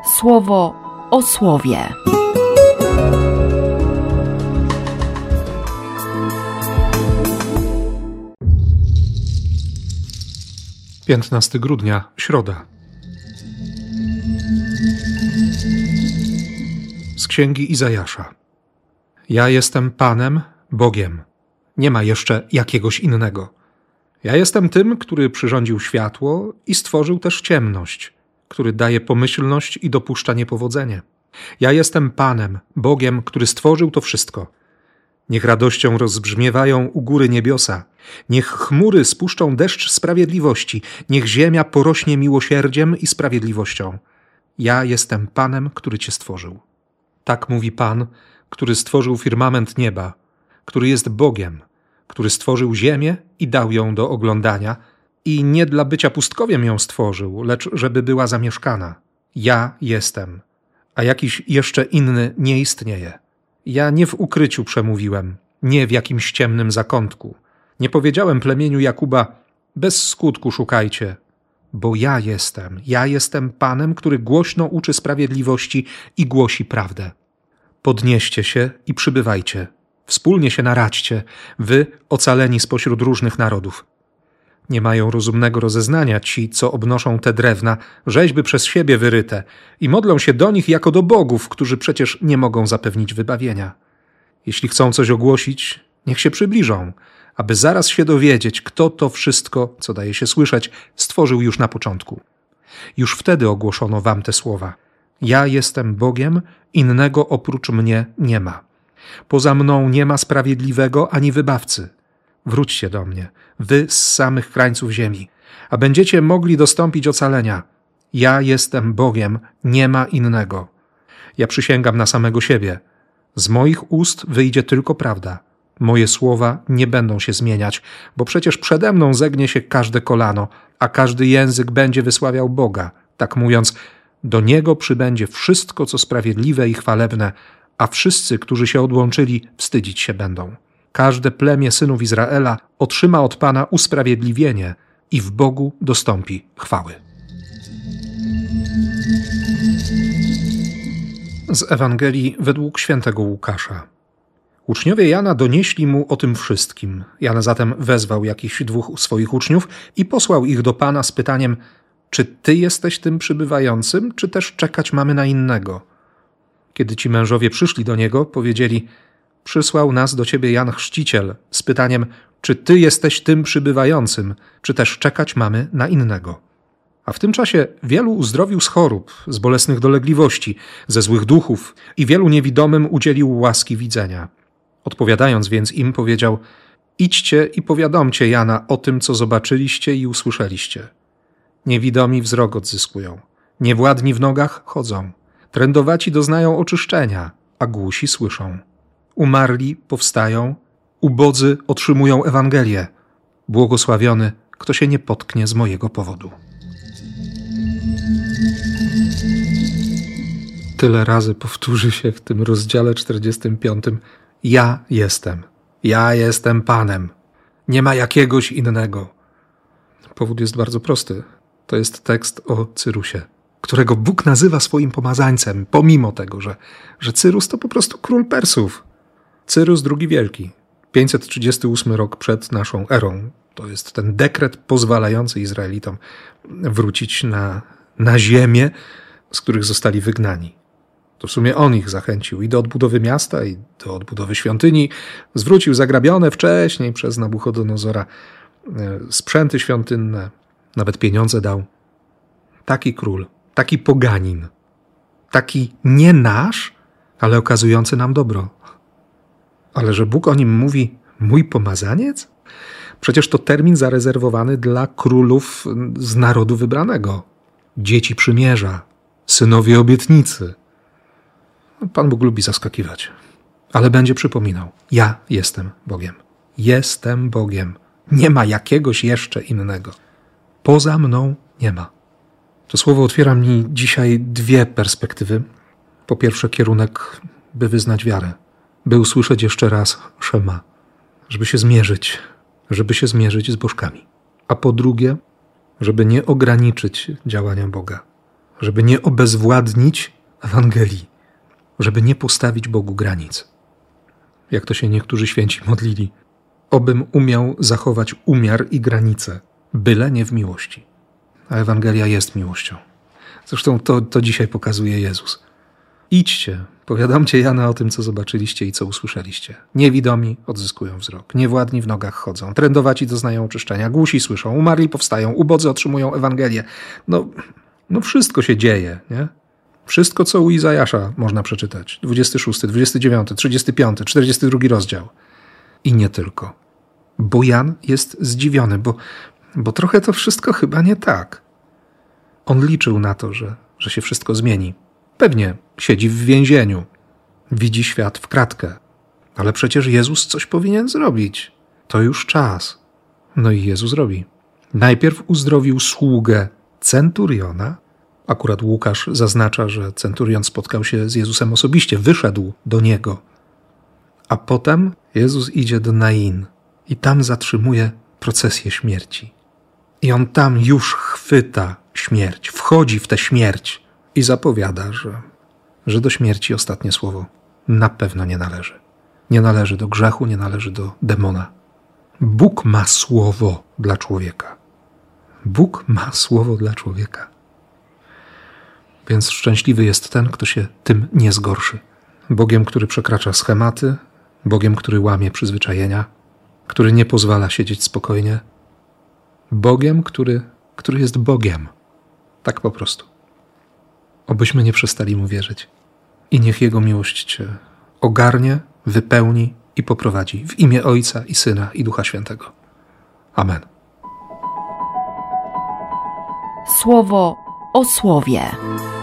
Słowo o słowie. 15 grudnia, środa. Z księgi Izajasza. Ja jestem Panem, Bogiem. Nie ma jeszcze jakiegoś innego. Ja jestem tym, który przyrządził światło i stworzył też ciemność, który daje pomyślność i dopuszcza niepowodzenie. Ja jestem Panem, Bogiem, który stworzył to wszystko. Niech radością rozbrzmiewają u góry niebiosa. Niech chmury spuszczą deszcz sprawiedliwości. Niech ziemia porośnie miłosierdziem i sprawiedliwością. Ja jestem Panem, który cię stworzył. Tak mówi Pan, który stworzył firmament nieba, który jest Bogiem, który stworzył ziemię i dał ją do oglądania i nie dla bycia pustkowiem ją stworzył, lecz żeby była zamieszkana. Ja jestem, a jakiś jeszcze inny nie istnieje. Ja nie w ukryciu przemówiłem, nie w jakimś ciemnym zakątku. Nie powiedziałem plemieniu Jakuba, bez skutku szukajcie, bo ja jestem Panem, który głośno uczy sprawiedliwości i głosi prawdę. Podnieście się i przybywajcie, wspólnie się naradźcie, wy ocaleni spośród różnych narodów. Nie mają rozumnego rozeznania ci, co obnoszą te drewna, rzeźby przez siebie wyryte i modlą się do nich jako do bogów, którzy przecież nie mogą zapewnić wybawienia. Jeśli chcą coś ogłosić, niech się przybliżą, aby zaraz się dowiedzieć, kto to wszystko, co daje się słyszeć, stworzył już na początku. Już wtedy ogłoszono wam te słowa. Ja jestem Bogiem, innego oprócz mnie nie ma. Poza mną nie ma sprawiedliwego ani wybawcy. Wróćcie do mnie, wy z samych krańców ziemi, a będziecie mogli dostąpić ocalenia. Ja jestem Bogiem, nie ma innego. Ja przysięgam na samego siebie. Z moich ust wyjdzie tylko prawda. Moje słowa nie będą się zmieniać, bo przecież przede mną zegnie się każde kolano, a każdy język będzie wysławiał Boga. Tak mówiąc, do Niego przybędzie wszystko, co sprawiedliwe i chwalebne, a wszyscy, którzy się odłączyli, wstydzić się będą. Każde plemię synów Izraela otrzyma od Pana usprawiedliwienie i w Bogu dostąpi chwały. Z Ewangelii według świętego Łukasza. Uczniowie Jana donieśli mu o tym wszystkim. Jan zatem wezwał jakichś 2 swoich uczniów i posłał ich do Pana z pytaniem: czy ty jesteś tym przybywającym, czy też czekać mamy na innego? Kiedy ci mężowie przyszli do niego, powiedzieli: przysłał nas do ciebie Jan Chrzciciel z pytaniem, czy ty jesteś tym przybywającym, czy też czekać mamy na innego. A w tym czasie wielu uzdrowił z chorób, z bolesnych dolegliwości, ze złych duchów i wielu niewidomym udzielił łaski widzenia. Odpowiadając więc im, powiedział: idźcie i powiadomcie Jana o tym, co zobaczyliście i usłyszeliście. Niewidomi wzrok odzyskują, niewładni w nogach chodzą, trędowaci doznają oczyszczenia, a głusi słyszą. Umarli powstają, ubodzy otrzymują Ewangelię. Błogosławiony, kto się nie potknie z mojego powodu. Tyle razy powtórzy się w tym rozdziale 45. Ja jestem Panem. Nie ma jakiegoś innego. Powód jest bardzo prosty. To jest tekst o Cyrusie, którego Bóg nazywa swoim pomazańcem, pomimo tego, że Cyrus to po prostu król Persów. Cyrus II Wielki, 538 rok przed naszą erą. To jest ten dekret pozwalający Izraelitom wrócić na ziemię, z których zostali wygnani. To w sumie on ich zachęcił i do odbudowy miasta, i do odbudowy świątyni. Zwrócił zagrabione wcześniej przez Nabuchodonozora sprzęty świątynne, nawet pieniądze dał. Taki król, taki poganin, taki nie nasz, ale okazujący nam dobro. Ale że Bóg o nim mówi mój pomazaniec? Przecież to termin zarezerwowany dla królów z narodu wybranego. Dzieci przymierza, synowie obietnicy. Pan Bóg lubi zaskakiwać, ale będzie przypominał: ja jestem Bogiem. Jestem Bogiem. Nie ma jakiegoś jeszcze innego. Poza mną nie ma. To słowo otwiera mi dzisiaj 2 perspektywy. Po pierwsze, kierunek, by wyznać wiarę, by usłyszeć jeszcze raz Szema, żeby się zmierzyć z bożkami. A po drugie, żeby nie ograniczyć działania Boga, żeby nie obezwładnić Ewangelii, żeby nie postawić Bogu granic. Jak to się niektórzy święci modlili. Obym umiał zachować umiar i granice, byle nie w miłości. A Ewangelia jest miłością. Zresztą to dzisiaj pokazuje Jezus. Idźcie, powiadomcie Jana o tym, co zobaczyliście i co usłyszeliście. Niewidomi odzyskują wzrok, niewładni w nogach chodzą, trędowaci doznają oczyszczenia, głusi słyszą, umarli powstają, ubodzy otrzymują Ewangelię. No wszystko się dzieje, nie? Wszystko, co u Izajasza można przeczytać. 26, 29, 35, 42 rozdział. I nie tylko. Bo Jan jest zdziwiony, bo trochę to wszystko chyba nie tak. On liczył na to, że się wszystko zmieni. Pewnie siedzi w więzieniu, widzi świat w kratkę. Ale przecież Jezus coś powinien zrobić. To już czas. No i Jezus robi. Najpierw uzdrowił sługę centuriona. Akurat Łukasz zaznacza, że centurion spotkał się z Jezusem osobiście, wyszedł do niego. A potem Jezus idzie do Nain i tam zatrzymuje procesję śmierci. I on tam już chwyta śmierć, wchodzi w tę śmierć i zapowiada, że do śmierci ostatnie słowo na pewno nie należy. Nie należy do grzechu, nie należy do demona. Bóg ma słowo dla człowieka. Bóg ma słowo dla człowieka. Więc szczęśliwy jest ten, kto się tym nie zgorszy. Bogiem, który przekracza schematy, Bogiem, który łamie przyzwyczajenia, który nie pozwala siedzieć spokojnie. Bogiem, który jest Bogiem. Tak po prostu. Obyśmy nie przestali Mu wierzyć. I niech Jego miłość Cię ogarnie, wypełni i poprowadzi w imię Ojca i Syna i Ducha Świętego. Amen. Słowo o słowie.